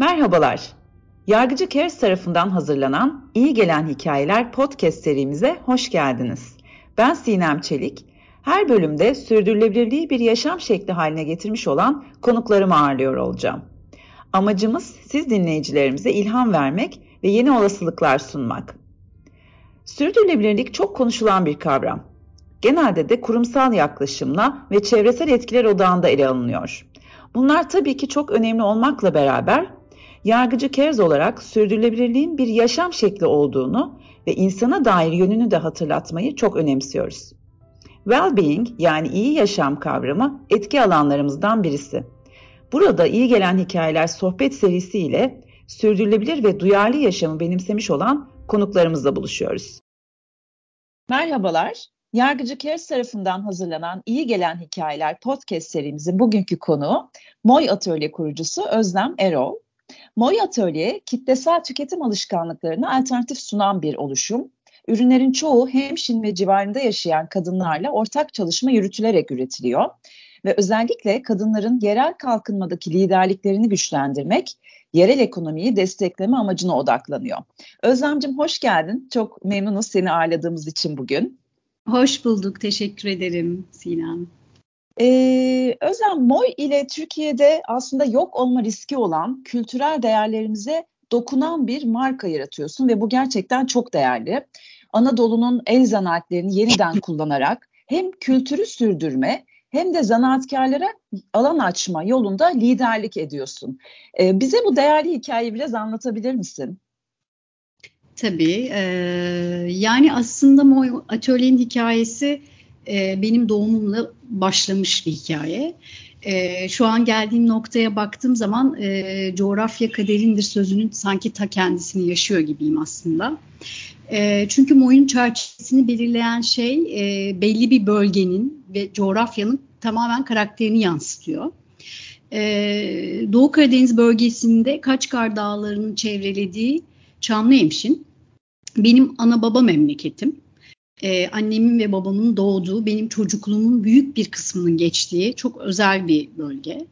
Merhabalar. Yargıcı Cares tarafından hazırlanan İyi Gelen Hikayeler podcast serimize hoş geldiniz. Ben Sinem Çelik. Her bölümde sürdürülebilirliği bir yaşam şekli haline getirmiş olan konuklarımı ağırlıyor olacağım. Amacımız siz dinleyicilerimize ilham vermek ve yeni olasılıklar sunmak. Sürdürülebilirlik çok konuşulan bir kavram. Genelde de kurumsal yaklaşımla ve çevresel etkiler odağında ele alınıyor. Bunlar tabii ki çok önemli olmakla beraber Yargıcı Cares olarak sürdürülebilirliğin bir yaşam şekli olduğunu ve insana dair yönünü de hatırlatmayı çok önemsiyoruz. Well-being yani iyi yaşam kavramı etki alanlarımızdan birisi. Burada iyi gelen hikayeler sohbet serisiyle sürdürülebilir ve duyarlı yaşamı benimsemiş olan konuklarımızla buluşuyoruz. Merhabalar. Yargıcı Cares tarafından hazırlanan İyi Gelen Hikayeler podcast serimizin bugünkü konuğu Moy Atölye kurucusu Özlem Erol. Moy Atölye, kitlesel tüketim alışkanlıklarına alternatif sunan bir oluşum. Ürünlerin çoğu Hemşin ve civarında yaşayan kadınlarla ortak çalışma yürütülerek üretiliyor. Ve özellikle kadınların yerel kalkınmadaki liderliklerini güçlendirmek, yerel ekonomiyi destekleme amacına odaklanıyor. Özlemciğim hoş geldin. Çok memnunuz seni ağırladığımız için bugün. Hoş bulduk. Teşekkür ederim Sinem. Özlem, Moy ile Türkiye'de aslında yok olma riski olan kültürel değerlerimize dokunan bir marka yaratıyorsun ve bu gerçekten çok değerli. Anadolu'nun el zanaatlerini yeniden kullanarak hem kültürü sürdürme hem de zanaatkarlara alan açma yolunda liderlik ediyorsun. Bize bu değerli hikayeyi biraz anlatabilir misin? Tabii. Yani aslında Moy Atölye'nin hikayesi benim doğumumla başlamış bir hikaye. Şu an geldiğim noktaya baktığım zaman coğrafya kaderindir sözünün sanki ta kendisini yaşıyor gibiyim aslında. Çünkü Moy'un çerçevesini belirleyen şey belli bir bölgenin ve coğrafyanın tamamen karakterini yansıtıyor. Doğu Karadeniz bölgesinde Kaçkar Dağları'nın çevrelediği Çamlıhemşin benim ana baba memleketim. Annemin ve babamın doğduğu, benim çocukluğumun büyük bir kısmının geçtiği çok özel bir bölge.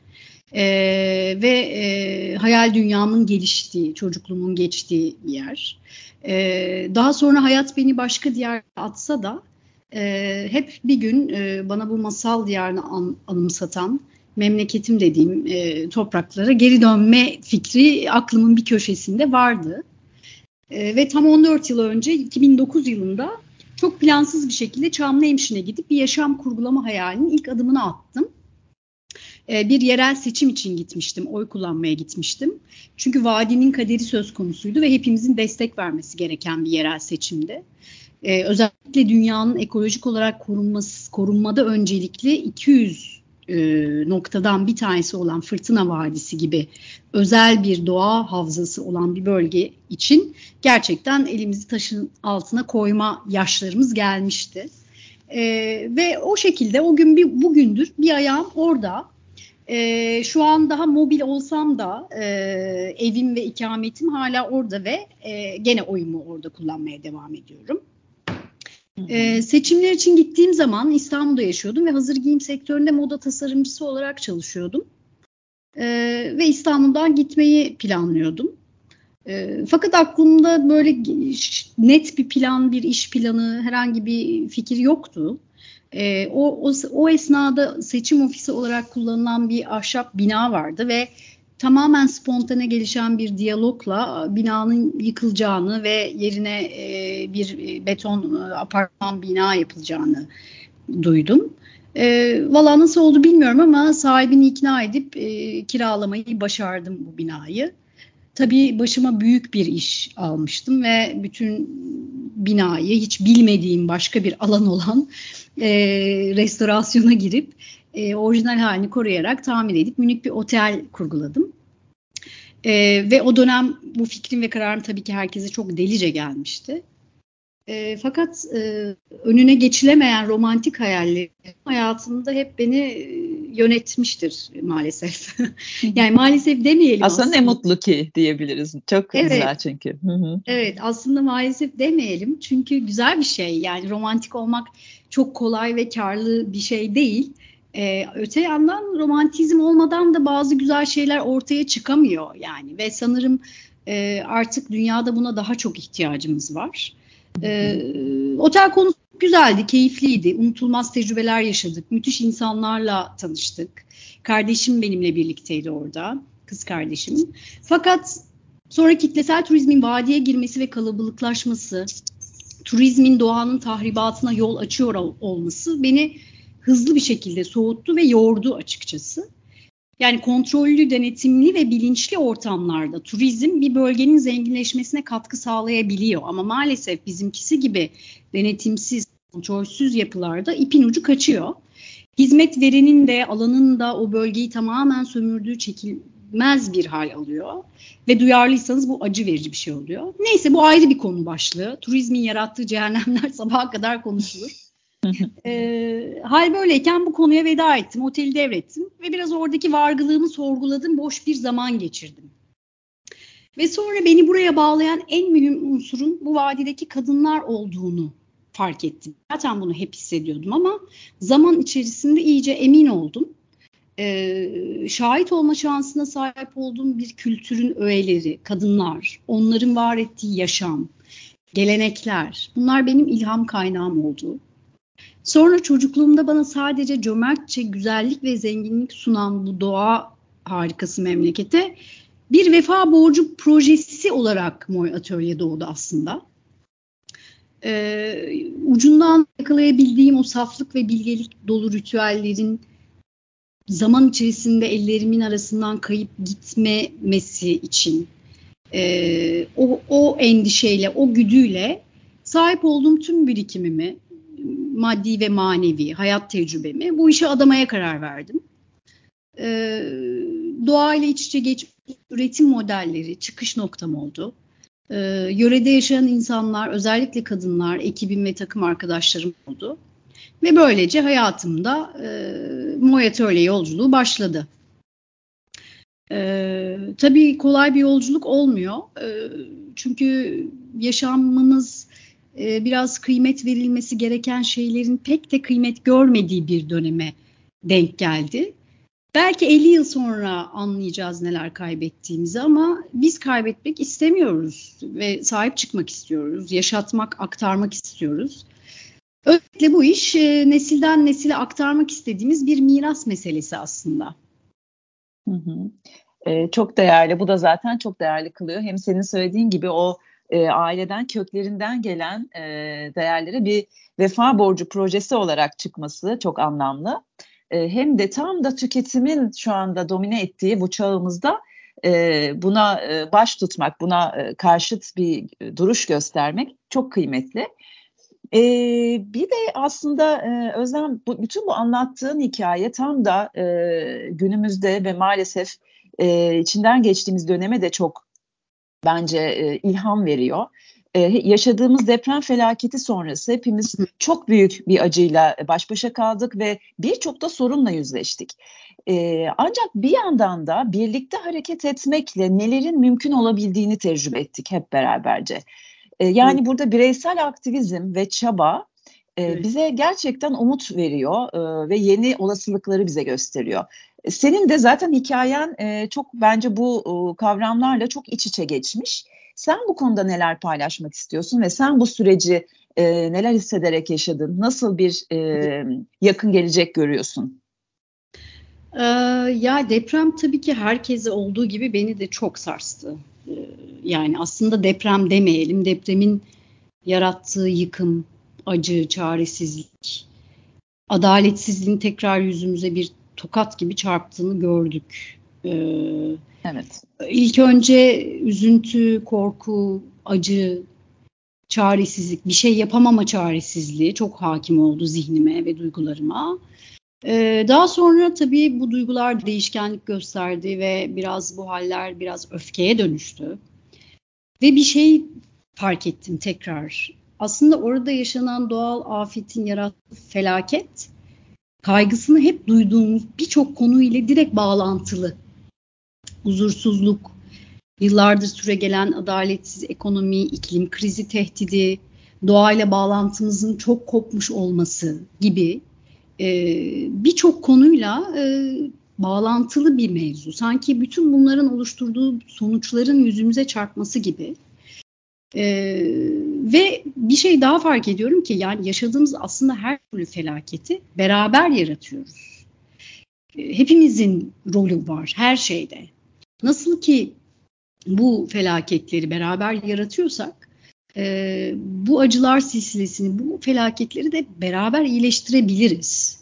Ve hayal dünyamın geliştiği, çocukluğumun geçtiği bir yer. Daha sonra hayat beni başka diyarlara atsa da hep bir gün bana bu masal diyarını anımsatan memleketim dediğim topraklara geri dönme fikri aklımın bir köşesinde vardı. Ve tam 14 yıl önce 2009 yılında çok plansız bir şekilde Çamlıhemşin'e gidip bir yaşam kurgulama hayalinin ilk adımını attım. Bir yerel seçim için gitmiştim, oy kullanmaya gitmiştim. Çünkü vadinin kaderi söz konusuydu ve hepimizin destek vermesi gereken bir yerel seçimdi. Özellikle dünyanın ekolojik olarak korunmada öncelikli 200 noktadan bir tanesi olan Fırtına Vadisi gibi özel bir doğa havzası olan bir bölge için gerçekten elimizi taşın altına koyma yaşlarımız gelmişti. Ve o şekilde o gün bugündür bir ayağım orada. Şu an daha mobil olsam da evim ve ikametim hala orada ve gene oyumu orada kullanmaya devam ediyorum. Seçimler için gittiğim zaman İstanbul'da yaşıyordum ve hazır giyim sektöründe moda tasarımcısı olarak çalışıyordum. Ve İstanbul'dan gitmeyi planlıyordum. Fakat aklımda böyle net bir plan, bir iş planı, herhangi bir fikir yoktu. O esnada seçim ofisi olarak kullanılan bir ahşap bina vardı ve tamamen spontane gelişen bir diyalogla binanın yıkılacağını ve yerine bir beton apartman bina yapılacağını duydum. Valla nasıl oldu bilmiyorum ama sahibini ikna edip kiralamayı başardım bu binayı. Tabii başıma büyük bir iş almıştım ve bütün binayı hiç bilmediğim başka bir alan olan restorasyona girip orijinal halini koruyarak tamir edip minik bir otel kurguladım. Ve o dönem bu fikrim ve kararım tabii ki herkese çok delice gelmişti. Fakat önüne geçilemeyen romantik hayallerim hayatımda hep beni yönetmiştir maalesef. Yani maalesef demeyelim aslında. Ne mutlu ki diyebiliriz. Çok evet, güzel çünkü. Hı-hı. Evet, aslında maalesef demeyelim. Çünkü güzel bir şey. Yani romantik olmak çok kolay ve karlı bir şey değil. Öte yandan romantizm olmadan da bazı güzel şeyler ortaya çıkamıyor yani ve sanırım artık dünyada buna daha çok ihtiyacımız var. Otel konusu güzeldi, keyifliydi, unutulmaz tecrübeler yaşadık, müthiş insanlarla tanıştık. Kardeşim benimle birlikteydi orada, kız kardeşim. Fakat sonra kitlesel turizmin vadiye girmesi ve kalabalıklaşması, turizmin doğanın tahribatına yol açıyor olması beni hızlı bir şekilde soğuttu ve yordu açıkçası. Yani kontrollü, denetimli ve bilinçli ortamlarda turizm bir bölgenin zenginleşmesine katkı sağlayabiliyor. Ama maalesef bizimkisi gibi denetimsiz, kontrolsüz yapılarda ipin ucu kaçıyor. Hizmet verenin de alanın da o bölgeyi tamamen sömürdüğü çekilmez bir hal alıyor. Ve duyarlıysanız bu acı verici bir şey oluyor. Neyse bu ayrı bir konu başlığı. Turizmin yarattığı cehennemler sabaha kadar konuşulur. Hal böyleyken bu konuya veda ettim, oteli devrettim ve biraz oradaki vargılığımı sorguladım, boş bir zaman geçirdim. Ve sonra beni buraya bağlayan en mühim unsurun bu vadideki kadınlar olduğunu fark ettim. Zaten bunu hep hissediyordum ama zaman içerisinde iyice emin oldum. Şahit olma şansına sahip olduğum bir kültürün öğeleri, kadınlar, onların var ettiği yaşam, gelenekler, bunlar benim ilham kaynağım oldu. Sonra çocukluğumda bana sadece cömertçe güzellik ve zenginlik sunan bu doğa harikası memlekete bir vefa borcu projesi olarak Moy Atölye doğdu aslında. Ucundan yakalayabildiğim o saflık ve bilgelik dolu ritüellerin zaman içerisinde ellerimin arasından kayıp gitmemesi için o endişeyle, o güdüyle sahip olduğum tüm birikimimi, maddi ve manevi hayat tecrübemi bu işe adamaya karar verdim. Doğayla iç içe geçmiş üretim modelleri çıkış noktam oldu. Yörede yaşayan insanlar, özellikle kadınlar, ekibim ve takım arkadaşlarım oldu. Ve böylece hayatımda Moy Atölye yolculuğu başladı. Tabii kolay bir yolculuk olmuyor. Çünkü yaşamımız biraz kıymet verilmesi gereken şeylerin pek de kıymet görmediği bir döneme denk geldi. Belki 50 yıl sonra anlayacağız neler kaybettiğimizi ama biz kaybetmek istemiyoruz ve sahip çıkmak istiyoruz, yaşatmak, aktarmak istiyoruz. Özellikle bu iş nesilden nesile aktarmak istediğimiz bir miras meselesi aslında. Çok değerli, bu da zaten çok değerli kılıyor. Hem senin söylediğin gibi o aileden, köklerinden gelen değerlere bir vefa borcu projesi olarak çıkması çok anlamlı. Hem de tam da tüketimin şu anda domine ettiği bu çağımızda buna baş tutmak, buna karşıt bir duruş göstermek çok kıymetli. Bir de aslında Özlem, bütün bu anlattığın hikaye tam da günümüzde ve maalesef içinden geçtiğimiz döneme de çok bence ilham veriyor. Yaşadığımız deprem felaketi sonrası hepimiz çok büyük bir acıyla baş başa kaldık ve birçok da sorunla yüzleştik. Ancak bir yandan da birlikte hareket etmekle nelerin mümkün olabildiğini tecrübe ettik hep beraberce. Yani burada bireysel aktivizm ve çaba bize gerçekten umut veriyor ve yeni olasılıkları bize gösteriyor. Senin de zaten hikayen çok bence bu kavramlarla çok iç içe geçmiş. Sen bu konuda neler paylaşmak istiyorsun ve sen bu süreci neler hissederek yaşadın? Nasıl bir yakın gelecek görüyorsun? Ya deprem tabii ki herkese olduğu gibi beni de çok sarstı. Yani aslında deprem demeyelim, depremin yarattığı yıkım, acı, çaresizlik, adaletsizliğin tekrar yüzümüze bir tokat gibi çarptığını gördük. Evet. İlk önce üzüntü, korku, acı, çaresizlik, bir şey yapamama çaresizliği çok hakim oldu zihnime ve duygularıma. Daha sonra tabii bu duygular değişkenlik gösterdi ve biraz bu haller biraz öfkeye dönüştü. Ve bir şey fark ettim tekrar. Aslında orada yaşanan doğal afetin yarattığı felaket, kaygısını hep duyduğumuz birçok konuyla direkt bağlantılı. Huzursuzluk, yıllardır süregelen adaletsiz ekonomi, iklim krizi tehdidi, doğayla bağlantımızın çok kopmuş olması gibi birçok konuyla bağlantılı bir mevzu. Sanki bütün bunların oluşturduğu sonuçların yüzümüze çarpması gibi. Ve bir şey daha fark ediyorum ki yani yaşadığımız aslında her türlü felaketi beraber yaratıyoruz. Hepimizin rolü var her şeyde. Nasıl ki bu felaketleri beraber yaratıyorsak bu acılar silsilesini, bu felaketleri de beraber iyileştirebiliriz.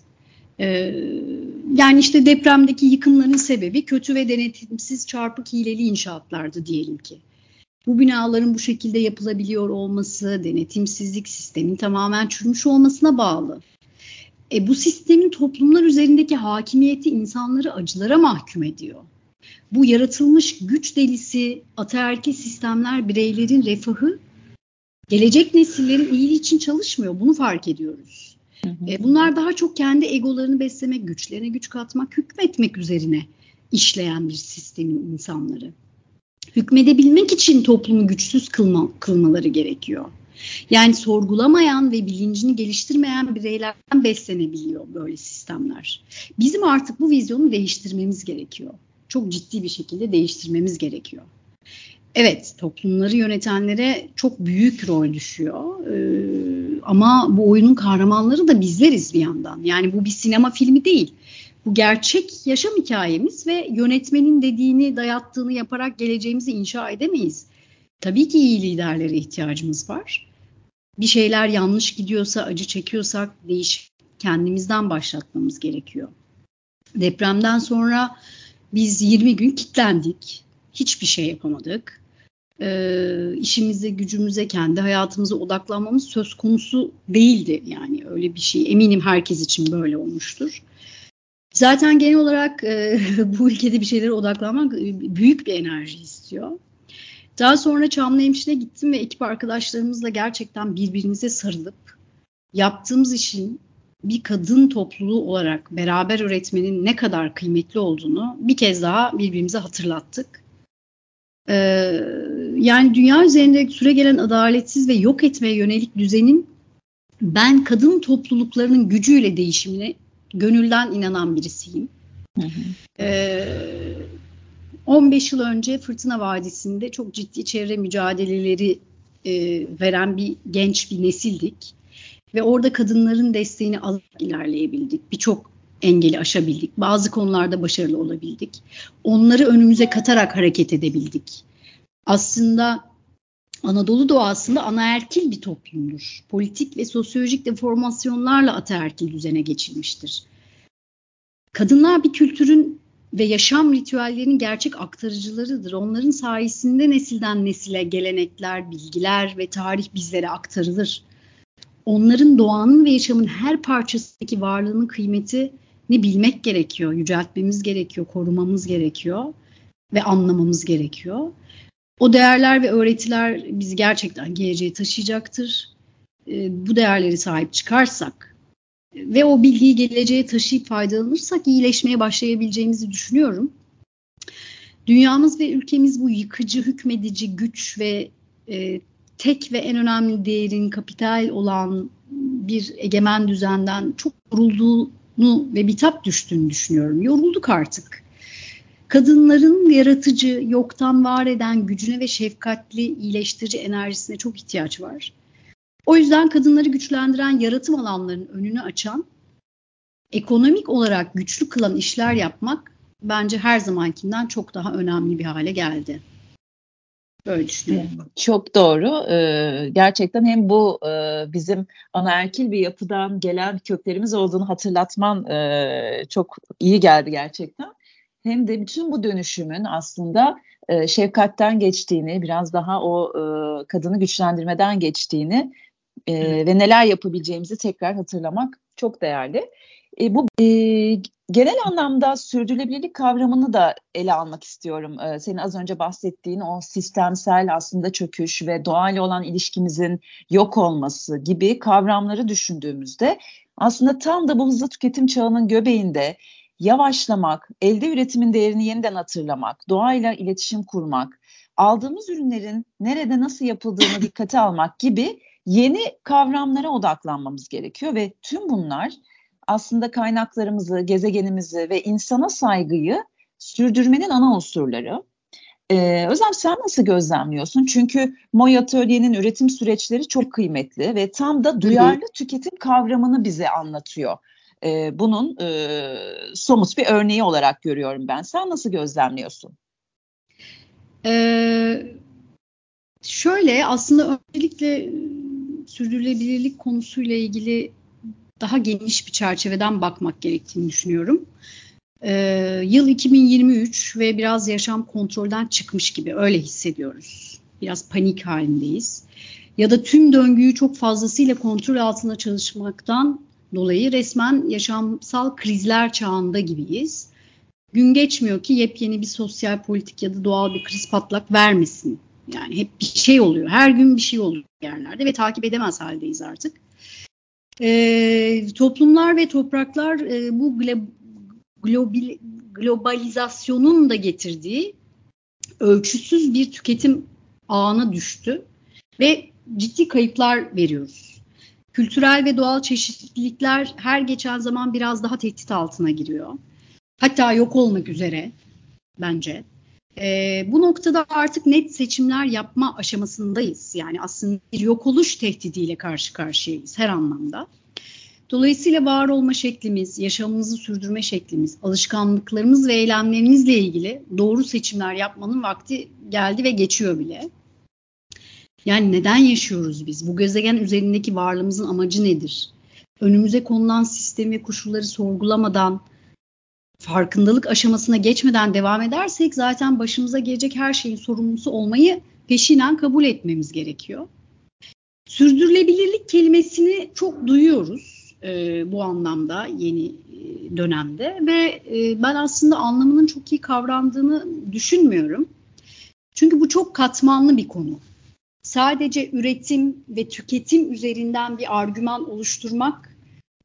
Yani işte depremdeki yıkımların sebebi kötü ve denetimsiz çarpık hileli inşaatlardı diyelim ki. Bu binaların bu şekilde yapılabiliyor olması, denetimsizlik, sistemin tamamen çürümüş olmasına bağlı. Bu sistemin toplumlar üzerindeki hakimiyeti insanları acılara mahkum ediyor. Bu yaratılmış güç delisi, ataerkil sistemler bireylerin refahı, gelecek nesillerin iyiliği için çalışmıyor. Bunu fark ediyoruz. Bunlar daha çok kendi egolarını beslemek, güçlerine güç katmak, hükmetmek üzerine işleyen bir sistemin insanları. Hükmedebilmek için toplumu güçsüz kılmaları gerekiyor. Yani sorgulamayan ve bilincini geliştirmeyen bireylerden beslenebiliyor böyle sistemler. Bizim artık bu vizyonu değiştirmemiz gerekiyor. Çok ciddi bir şekilde değiştirmemiz gerekiyor. Evet, toplumları yönetenlere çok büyük rol düşüyor. Ama bu oyunun kahramanları da bizleriz bir yandan. Yani bu bir sinema filmi değil. Bu gerçek yaşam hikayemiz ve yönetmenin dediğini, dayattığını yaparak geleceğimizi inşa edemeyiz. Tabii ki iyi liderlere ihtiyacımız var. Bir şeyler yanlış gidiyorsa, acı çekiyorsak kendimizden başlatmamız gerekiyor. Depremden sonra biz 20 gün kilitlendik. Hiçbir şey yapamadık. İşimize, gücümüze, kendi hayatımıza odaklanmamız söz konusu değildi. Yani öyle bir şey eminim herkes için böyle olmuştur. Zaten genel olarak bu ülkede bir şeylere odaklanmak büyük bir enerji istiyor. Daha sonra Çamlıhemşin'e gittim ve ekip arkadaşlarımızla gerçekten birbirimize sarılıp yaptığımız işin bir kadın topluluğu olarak beraber üretmenin ne kadar kıymetli olduğunu bir kez daha birbirimize hatırlattık. Yani dünya üzerinde süregelen adaletsiz ve yok etmeye yönelik düzenin ben kadın topluluklarının gücüyle değişimine gönülden inanan birisiyim. 15 yıl önce Fırtına Vadisi'nde çok ciddi çevre mücadeleleri veren bir genç bir nesildik. Ve orada kadınların desteğini alıp ilerleyebildik. Birçok engeli aşabildik. Bazı konularda başarılı olabildik. Onları önümüze katarak hareket edebildik. Aslında Anadolu doğasında anaerkil bir toplumdur. Politik ve sosyolojik deformasyonlarla ataerkil düzene geçilmiştir. Kadınlar bir kültürün ve yaşam ritüellerinin gerçek aktarıcılarıdır. Onların sayesinde nesilden nesile gelenekler, bilgiler ve tarih bizlere aktarılır. Onların doğanın ve yaşamın her parçasındaki varlığının kıymetini bilmek gerekiyor, yüceltmemiz gerekiyor, korumamız gerekiyor ve anlamamız gerekiyor. O değerler ve öğretiler bizi gerçekten geleceğe taşıyacaktır. Bu değerleri sahip çıkarsak ve o bilgiyi geleceğe taşıyıp faydalanırsak iyileşmeye başlayabileceğimizi düşünüyorum. Dünyamız ve ülkemiz bu yıkıcı, hükmedici güç ve tek ve en önemli değerin kapital olan bir egemen düzenden çok yorulduğunu ve bitap düştüğünü düşünüyorum. Yorulduk artık. Kadınların yaratıcı, yoktan var eden gücüne ve şefkatli, iyileştirici enerjisine çok ihtiyaç var. O yüzden kadınları güçlendiren yaratım alanlarının önünü açan, ekonomik olarak güçlü kılan işler yapmak bence her zamankinden çok daha önemli bir hale geldi. Böyle düşünüyorum. Çok doğru. Gerçekten hem bu bizim anaerkil bir yapıdan gelen köklerimiz olduğunu hatırlatman çok iyi geldi gerçekten. Hem de bütün bu dönüşümün aslında şefkatten geçtiğini, biraz daha o kadını güçlendirmeden geçtiğini ve neler yapabileceğimizi tekrar hatırlamak çok değerli. Bu genel anlamda sürdürülebilirlik kavramını da ele almak istiyorum. Senin az önce bahsettiğin o sistemsel aslında çöküş ve doğayla olan ilişkimizin yok olması gibi kavramları düşündüğümüzde aslında tam da bu hızlı tüketim çağının göbeğinde yavaşlamak, elde üretimin değerini yeniden hatırlamak, doğayla iletişim kurmak, aldığımız ürünlerin nerede nasıl yapıldığını dikkate almak gibi yeni kavramlara odaklanmamız gerekiyor ve tüm bunlar aslında kaynaklarımızı, gezegenimizi ve insana saygıyı sürdürmenin ana unsurları. Özlem, sen nasıl gözlemliyorsun? Çünkü Moy Atölye'nin üretim süreçleri çok kıymetli ve tam da duyarlı tüketim kavramını bize anlatıyor. Bunun somut bir örneği olarak görüyorum ben. Sen nasıl gözlemliyorsun? Şöyle, aslında öncelikle sürdürülebilirlik konusuyla ilgili daha geniş bir çerçeveden bakmak gerektiğini düşünüyorum. Yıl 2023 ve biraz yaşam kontrolden çıkmış gibi öyle hissediyoruz. Biraz panik halindeyiz. Ya da tüm döngüyü çok fazlasıyla kontrol altında çalışmaktan dolayı resmen yaşamsal krizler çağında gibiyiz. Gün geçmiyor ki yepyeni bir sosyal, politik ya da doğal bir kriz patlak vermesin. Yani hep bir şey oluyor. Her gün bir şey oluyor yerlerde ve takip edemez haldeyiz artık. Toplumlar ve topraklar bu globalizasyonun da getirdiği ölçüsüz bir tüketim ağına düştü ve ciddi kayıplar veriyoruz. Kültürel ve doğal çeşitlilikler her geçen zaman biraz daha tehdit altına giriyor. Hatta yok olmak üzere bence. Bu noktada artık net seçimler yapma aşamasındayız. Yani aslında bir yok oluş tehdidiyle karşı karşıyayız her anlamda. Dolayısıyla var olma şeklimiz, yaşamımızı sürdürme şeklimiz, alışkanlıklarımız ve eylemlerimizle ilgili doğru seçimler yapmanın vakti geldi ve geçiyor bile. Yani neden yaşıyoruz biz? Bu gezegen üzerindeki varlığımızın amacı nedir? Önümüze konulan sistemi ve koşulları sorgulamadan, farkındalık aşamasına geçmeden devam edersek zaten başımıza gelecek her şeyin sorumlusu olmayı peşinen kabul etmemiz gerekiyor. Sürdürülebilirlik kelimesini çok duyuyoruz bu anlamda yeni dönemde ve ben aslında anlamının çok iyi kavrandığını düşünmüyorum. Çünkü bu çok katmanlı bir konu. Sadece üretim ve tüketim üzerinden bir argüman oluşturmak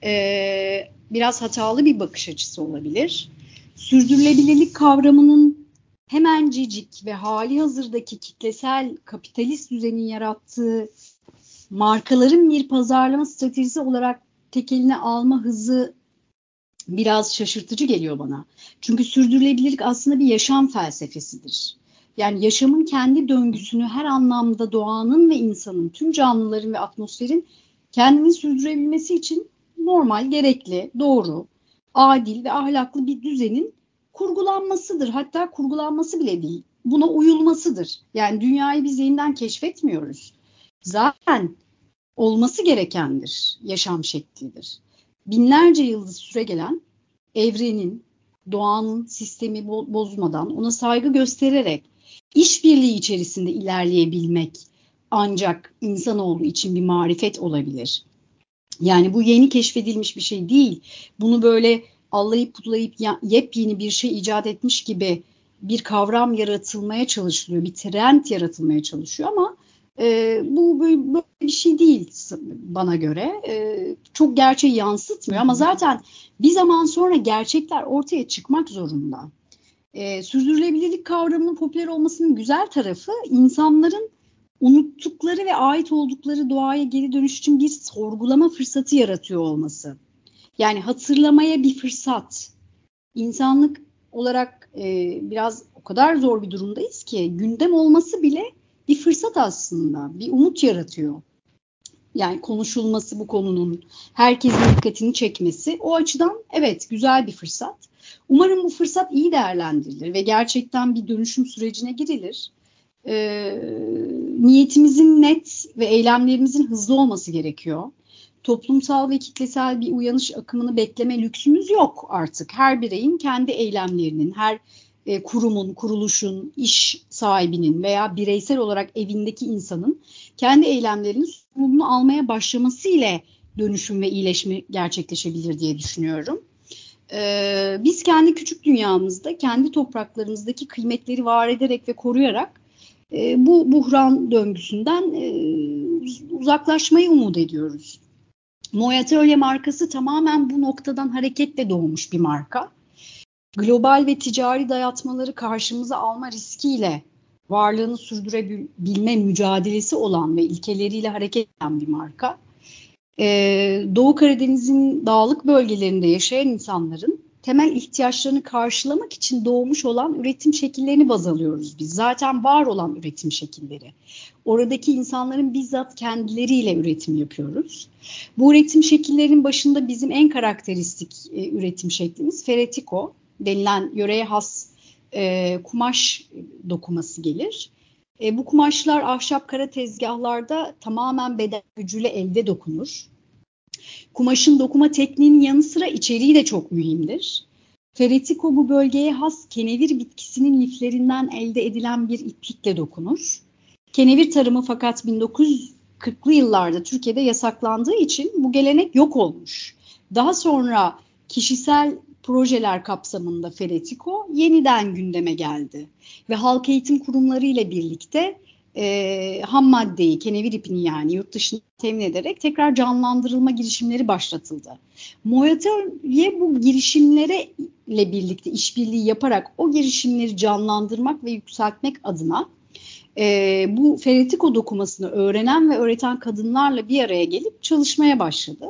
biraz hatalı bir bakış açısı olabilir. Sürdürülebilirlik kavramının hemencecik ve hali hazırdaki kitlesel kapitalist düzenin yarattığı markaların bir pazarlama stratejisi olarak tek eline alma hızı biraz şaşırtıcı geliyor bana. Çünkü sürdürülebilirlik aslında bir yaşam felsefesidir. Yani yaşamın kendi döngüsünü her anlamda doğanın ve insanın, tüm canlıların ve atmosferin kendini sürdürebilmesi için normal, gerekli, doğru, adil ve ahlaklı bir düzenin kurgulanmasıdır. Hatta kurgulanması bile değil, buna uyulmasıdır. Yani dünyayı biz yeniden keşfetmiyoruz. Zaten olması gerekendir, yaşam şeklidir. Binlerce yıldız süregelen evrenin, doğanın sistemi bozmadan, ona saygı göstererek işbirliği içerisinde ilerleyebilmek ancak insanoğlu için bir marifet olabilir. Yani bu yeni keşfedilmiş bir şey değil. Bunu böyle allayıp putlayıp yepyeni bir şey icat etmiş gibi bir kavram yaratılmaya çalışılıyor, bir trend yaratılmaya çalışıyor ama bu böyle bir şey değil bana göre. Çok gerçeği yansıtmıyor ama zaten bir zaman sonra gerçekler ortaya çıkmak zorunda. Sürdürülebilirlik kavramının popüler olmasının güzel tarafı insanların unuttukları ve ait oldukları doğaya geri dönüş için bir sorgulama fırsatı yaratıyor olması. Yani hatırlamaya bir fırsat. İnsanlık olarak biraz o kadar zor bir durumdayız ki gündem olması bile bir fırsat aslında, bir umut yaratıyor. Yani konuşulması bu konunun, herkesin dikkatini çekmesi o açıdan evet güzel bir fırsat. Umarım bu fırsat iyi değerlendirilir ve gerçekten bir dönüşüm sürecine girilir. Niyetimizin net ve eylemlerimizin hızlı olması gerekiyor. Toplumsal ve kitlesel bir uyanış akımını bekleme lüksümüz yok artık. Her bireyin kendi eylemlerinin, her kurumun, kuruluşun, iş sahibinin veya bireysel olarak evindeki insanın kendi eylemlerinin sorumluluğunu almaya başlaması ile dönüşüm ve iyileşme gerçekleşebilir diye düşünüyorum. Biz kendi küçük dünyamızda, kendi topraklarımızdaki kıymetleri var ederek ve koruyarak bu buhran döngüsünden uzaklaşmayı umut ediyoruz. Moy Atölye markası tamamen bu noktadan hareketle doğmuş bir marka. Global ve ticari dayatmaları karşımıza alma riskiyle varlığını sürdürebilme mücadelesi olan ve ilkeleriyle hareket eden bir marka. Doğu Karadeniz'in dağlık bölgelerinde yaşayan insanların temel ihtiyaçlarını karşılamak için doğmuş olan üretim şekillerini baz alıyoruz biz. Zaten var olan üretim şekilleri. Oradaki insanların bizzat kendileriyle üretim yapıyoruz. Bu üretim şekillerinin başında bizim en karakteristik üretim şeklimiz feretiko denilen yöreye has kumaş dokuması gelir. Bu kumaşlar ahşap kara tezgahlarda tamamen beden gücüyle elde dokunur. Kumaşın dokuma tekniğinin yanı sıra içeriği de çok mühimdir. Feretiko bu bölgeye has kenevir bitkisinin liflerinden elde edilen bir iplikle dokunur. Kenevir tarımı fakat 1940'lı yıllarda Türkiye'de yasaklandığı için bu gelenek yok olmuş. Daha sonra kişisel projeler kapsamında feretiko yeniden gündeme geldi. Ve halk eğitim kurumları ile birlikte ham maddeyi, kenevir ipini yani yurt dışına temin ederek tekrar canlandırılma girişimleri başlatıldı. Moyatölye bu girişimlere ile birlikte işbirliği yaparak o girişimleri canlandırmak ve yükseltmek adına bu feretiko dokumasını öğrenen ve öğreten kadınlarla bir araya gelip çalışmaya başladı.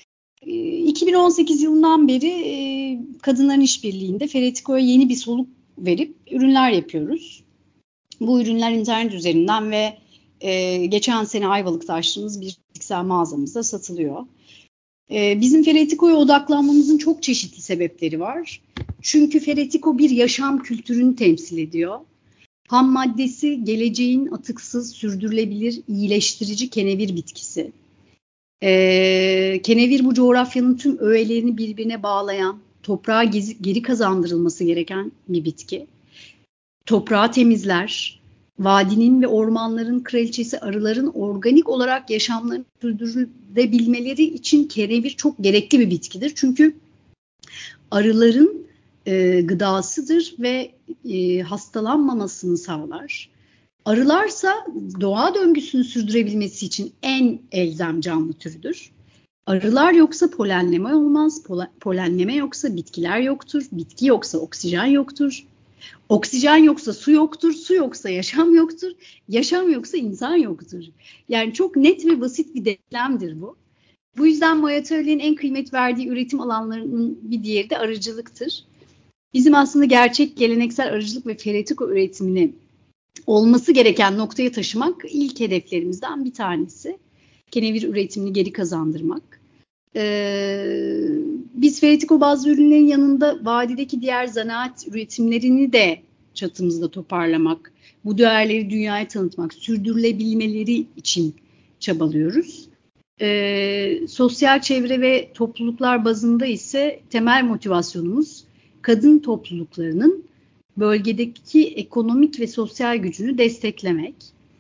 2018 yılından beri kadınların işbirliğinde feretikoya yeni bir soluk verip ürünler yapıyoruz. Bu ürünler internet üzerinden ve geçen sene Ayvalık'ta açtığımız bir fiziksel mağazamızda satılıyor. Bizim feretikoya odaklanmamızın çok çeşitli sebepleri var. Çünkü feretiko bir yaşam kültürünü temsil ediyor. Ham maddesi geleceğin atıksız, sürdürülebilir, iyileştirici kenevir bitkisi. Kenevir bu coğrafyanın tüm öğelerini birbirine bağlayan, toprağa geri kazandırılması gereken bir bitki. Toprağı temizler, vadinin ve ormanların kraliçesi arıların organik olarak yaşamlarını sürdürebilmeleri için kenevir çok gerekli bir bitkidir. Çünkü arıların gıdasıdır ve hastalanmamasını sağlar. Arılarsa doğa döngüsünü sürdürebilmesi için en elzem canlı türüdür. Arılar yoksa polenleme olmaz, polenleme yoksa bitkiler yoktur, bitki yoksa oksijen yoktur. Oksijen yoksa su yoktur, su yoksa yaşam yoktur, yaşam yoksa insan yoktur. Yani çok net ve basit bir denklemdir bu. Bu yüzden Moyatölye'nin en kıymet verdiği üretim alanlarının bir diğeri de arıcılıktır. Bizim aslında gerçek geleneksel arıcılık ve feretiko üretimini olması gereken noktaya taşımak ilk hedeflerimizden bir tanesi. Kenevir üretimini geri kazandırmak. Biz feretiko bazlı ürünlerin yanında vadideki diğer zanaat üretimlerini de çatımızda toparlamak, bu değerleri dünyaya tanıtmak, sürdürülebilmeleri için çabalıyoruz. Sosyal çevre ve topluluklar bazında ise temel motivasyonumuz kadın topluluklarının bölgedeki ekonomik ve sosyal gücünü desteklemek.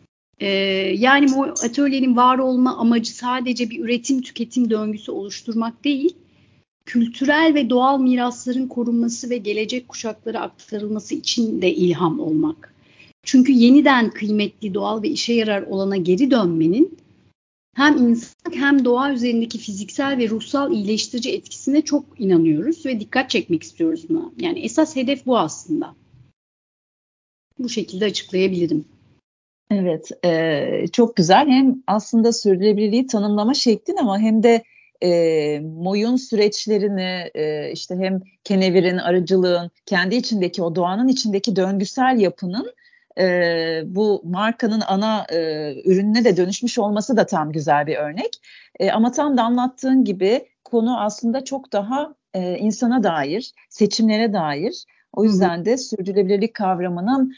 Yani bu atölyenin var olma amacı sadece bir üretim-tüketim döngüsü oluşturmak değil, kültürel ve doğal mirasların korunması ve gelecek kuşaklara aktarılması için de ilham olmak. Çünkü yeniden kıymetli, doğal ve işe yarar olana geri dönmenin hem insan hem doğa üzerindeki fiziksel ve ruhsal iyileştirici etkisine çok inanıyoruz ve dikkat çekmek istiyoruz buna. Yani esas hedef bu aslında. Bu şekilde açıklayabilirim. Evet, çok güzel. Hem aslında sürdürülebilirliği tanımlama şeklin ama hem de moyun süreçlerini işte hem kenevirin, arıcılığın, kendi içindeki o doğanın içindeki döngüsel yapının bu markanın ana ürününe de dönüşmüş olması da tam güzel bir örnek. Ama tam da anlattığın gibi konu aslında çok daha insana dair, seçimlere dair. O yüzden de sürdürülebilirlik kavramının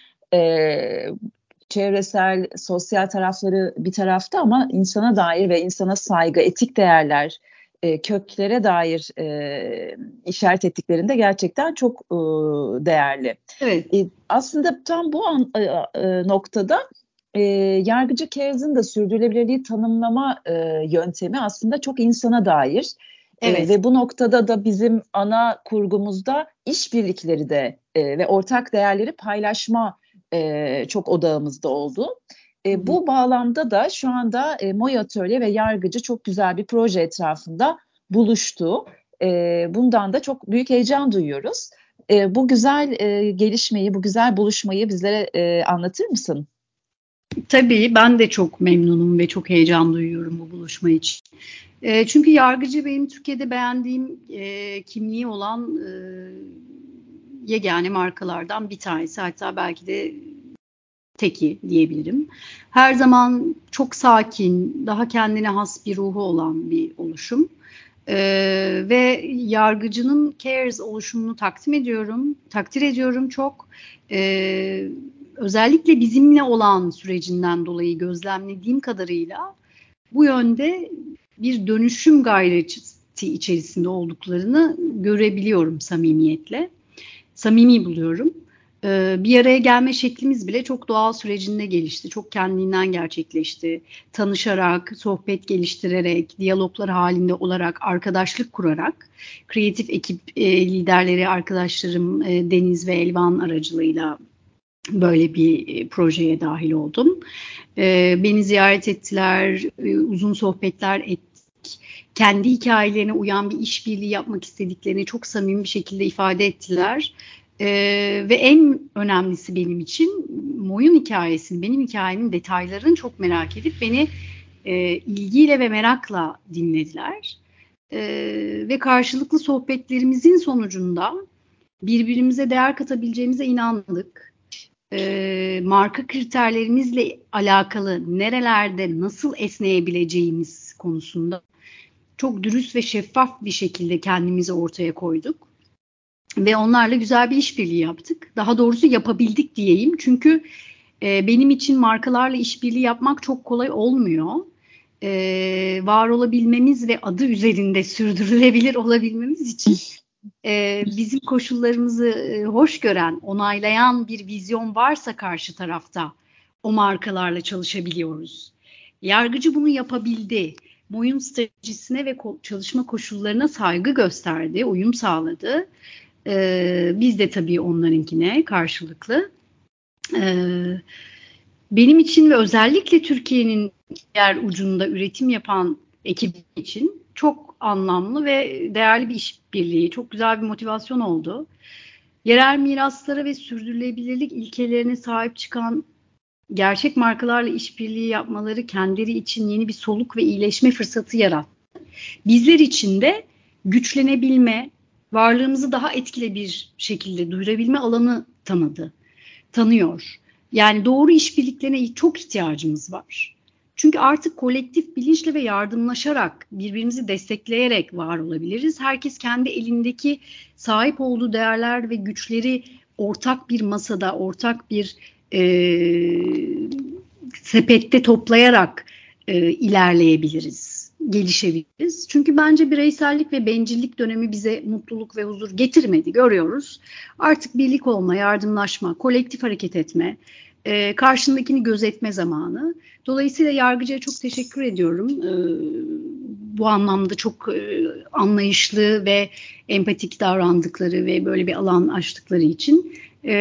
çevresel, sosyal tarafları bir tarafta ama insana dair ve insana saygı, etik değerler, köklere dair işaret ettiklerinde gerçekten çok değerli. Evet. Aslında tam bu noktada Yargıcı Kerz'in de sürdürülebilirliği tanımlama yöntemi aslında çok insana dair. Evet. Ve bu noktada da bizim ana kurgumuzda işbirlikleri de ve ortak değerleri paylaşma çok odağımızda oldu. Bu bağlamda da şu anda Moyatölye ve Yargıcı çok güzel bir proje etrafında buluştu. Bundan da çok büyük heyecan duyuyoruz. Bu güzel gelişmeyi, bu güzel buluşmayı bizlere anlatır mısın? Tabii ben de çok memnunum ve çok heyecan duyuyorum bu buluşma için. Çünkü yargıcı benim Türkiye'de beğendiğim kimliği olan yegane markalardan bir tanesi. Hatta belki de teki diyebilirim. Her zaman çok sakin, daha kendine has bir ruhu olan bir oluşum. Ve yargıcının Cares oluşumunu takdir ediyorum çok. Özellikle bizimle olan sürecinden dolayı gözlemlediğim kadarıyla bu yönde bir dönüşüm gayreti içerisinde olduklarını görebiliyorum samimiyetle. Samimi buluyorum. Bir araya gelme şeklimiz bile çok doğal sürecinde gelişti. Çok kendinden gerçekleşti. Tanışarak, sohbet geliştirerek, diyaloglar halinde olarak, arkadaşlık kurarak, kreatif ekip liderleri arkadaşlarım Deniz ve Elvan aracılığıyla böyle bir projeye dahil oldum. Beni ziyaret ettiler, uzun sohbetler ettik. Kendi hikayelerine uyan bir işbirliği yapmak istediklerini çok samimi bir şekilde ifade ettiler. Ve en önemlisi benim için Moyun hikayesini, benim hikayemin detaylarını çok merak edip beni ilgiyle ve merakla dinlediler. Ve karşılıklı sohbetlerimizin sonucunda birbirimize değer katabileceğimize inandık. Marka kriterlerimizle alakalı nerelerde nasıl esneyebileceğimiz konusunda çok dürüst ve şeffaf bir şekilde kendimizi ortaya koyduk. Ve onlarla güzel bir işbirliği yaptık. Daha doğrusu yapabildik diyeyim. Çünkü benim için markalarla işbirliği yapmak çok kolay olmuyor. Var olabilmemiz ve adı üzerinde sürdürülebilir olabilmemiz için bizim koşullarımızı hoş gören, onaylayan bir vizyon varsa karşı tarafta o markalarla çalışabiliyoruz. Yargıcı bunu yapabildi. Moyun stratejisine ve çalışma koşullarına saygı gösterdi, uyum sağladı. Biz de tabii onlarınkine karşılıklı. Benim için ve özellikle Türkiye'nin diğer ucunda üretim yapan ekip için çok anlamlı ve değerli bir işbirliği, çok güzel bir motivasyon oldu. Yerel miraslara ve sürdürülebilirlik ilkelerine sahip çıkan gerçek markalarla işbirliği yapmaları kendileri için yeni bir soluk ve iyileşme fırsatı yarattı. Bizler için de güçlenebilme, varlığımızı daha etkili bir şekilde duyurabilme alanı tanıyor. Yani doğru işbirliklerine çok ihtiyacımız var. Çünkü artık kolektif bilinçle ve yardımlaşarak, birbirimizi destekleyerek var olabiliriz. Herkes kendi elindeki sahip olduğu değerler ve güçleri ortak bir masada, ortak bir sepette toplayarak ilerleyebiliriz, gelişebiliriz. Çünkü bence bireysellik ve bencillik dönemi bize mutluluk ve huzur getirmedi, görüyoruz. Artık birlik olma, yardımlaşma, kolektif hareket etme, karşındakini gözetme zamanı. Dolayısıyla yargıcıya çok teşekkür ediyorum. Bu anlamda çok anlayışlı ve empatik davrandıkları ve böyle bir alan açtıkları için.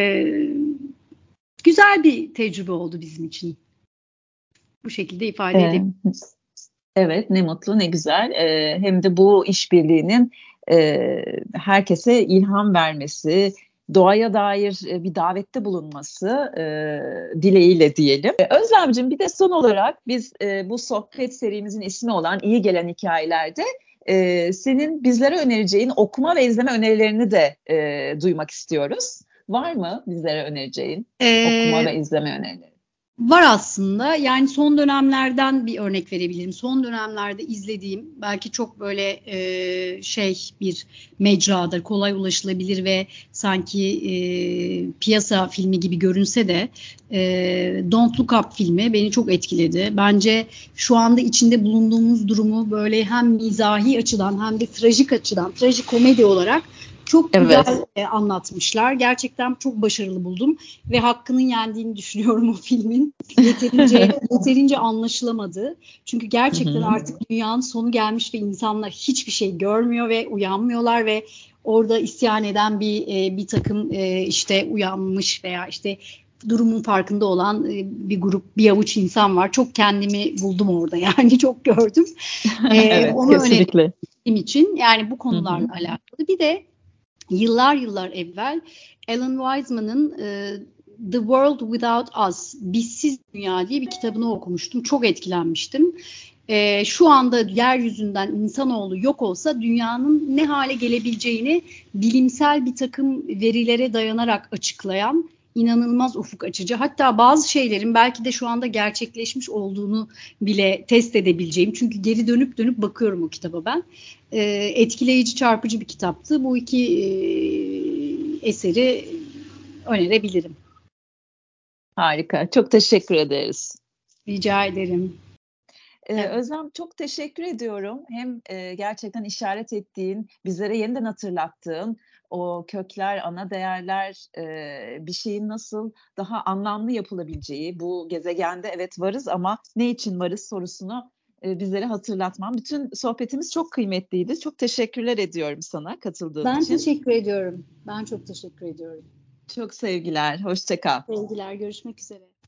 Güzel bir tecrübe oldu bizim için. Bu şekilde ifade edebilirim. Evet, ne mutlu, ne güzel. Hem de bu işbirliğinin herkese ilham vermesi, doğaya dair bir davette bulunması dileğiyle diyelim. Özlemciğim, bir de son olarak biz bu sohbet serimizin ismi olan İyi Gelen Hikayelerde senin bizlere önereceğin okuma ve izleme önerilerini de duymak istiyoruz. Var mı bizlere önereceğin okuma ve izleme önerileri? Var aslında. Yani son dönemlerden bir örnek verebilirim. Son dönemlerde izlediğim, belki çok böyle bir mecradır, kolay ulaşılabilir ve sanki piyasa filmi gibi görünse de Don't Look Up filmi beni çok etkiledi. Bence şu anda içinde bulunduğumuz durumu böyle hem mizahi açıdan hem de trajik açıdan, trajikomedi olarak çok güzel anlatmışlar. Gerçekten çok başarılı buldum ve hakkının yendiğini düşünüyorum o filmin. Yeterince anlaşılamadı. Çünkü gerçekten artık dünyanın sonu gelmiş ve insanlar hiçbir şey görmüyor ve uyanmıyorlar ve orada isyan eden bir takım işte uyanmış veya işte durumun farkında olan bir grup, bir avuç insan var. Çok kendimi buldum orada, yani çok gördüm. Evet, onu kesinlikle. Önerdiğim için yani bu konularla alakalı. Bir de yıllar evvel Alan Weizmann'ın The World Without Us, Bizsiz Dünya diye bir kitabını okumuştum. Çok etkilenmiştim. Şu anda yeryüzünden insanoğlu yok olsa dünyanın ne hale gelebileceğini bilimsel bir takım verilere dayanarak açıklayan inanılmaz ufuk açıcı. Hatta bazı şeylerin belki de şu anda gerçekleşmiş olduğunu bile test edebileceğim. Çünkü geri dönüp bakıyorum o kitaba ben. Etkileyici, çarpıcı bir kitaptı. Bu iki eseri önerebilirim. Harika. Çok teşekkür ederiz. Rica ederim. Evet. Özlem, çok teşekkür ediyorum. Hem gerçekten işaret ettiğin, bizlere yeniden hatırlattığın o kökler, ana değerler, bir şeyin nasıl daha anlamlı yapılabileceği, bu gezegende evet varız ama ne için varız sorusunu bizlere hatırlatman. Bütün sohbetimiz çok kıymetliydi. Çok teşekkürler ediyorum sana katıldığın için. Ben teşekkür ediyorum. Ben çok teşekkür ediyorum. Çok sevgiler, hoşça kal. Sevgiler, görüşmek üzere.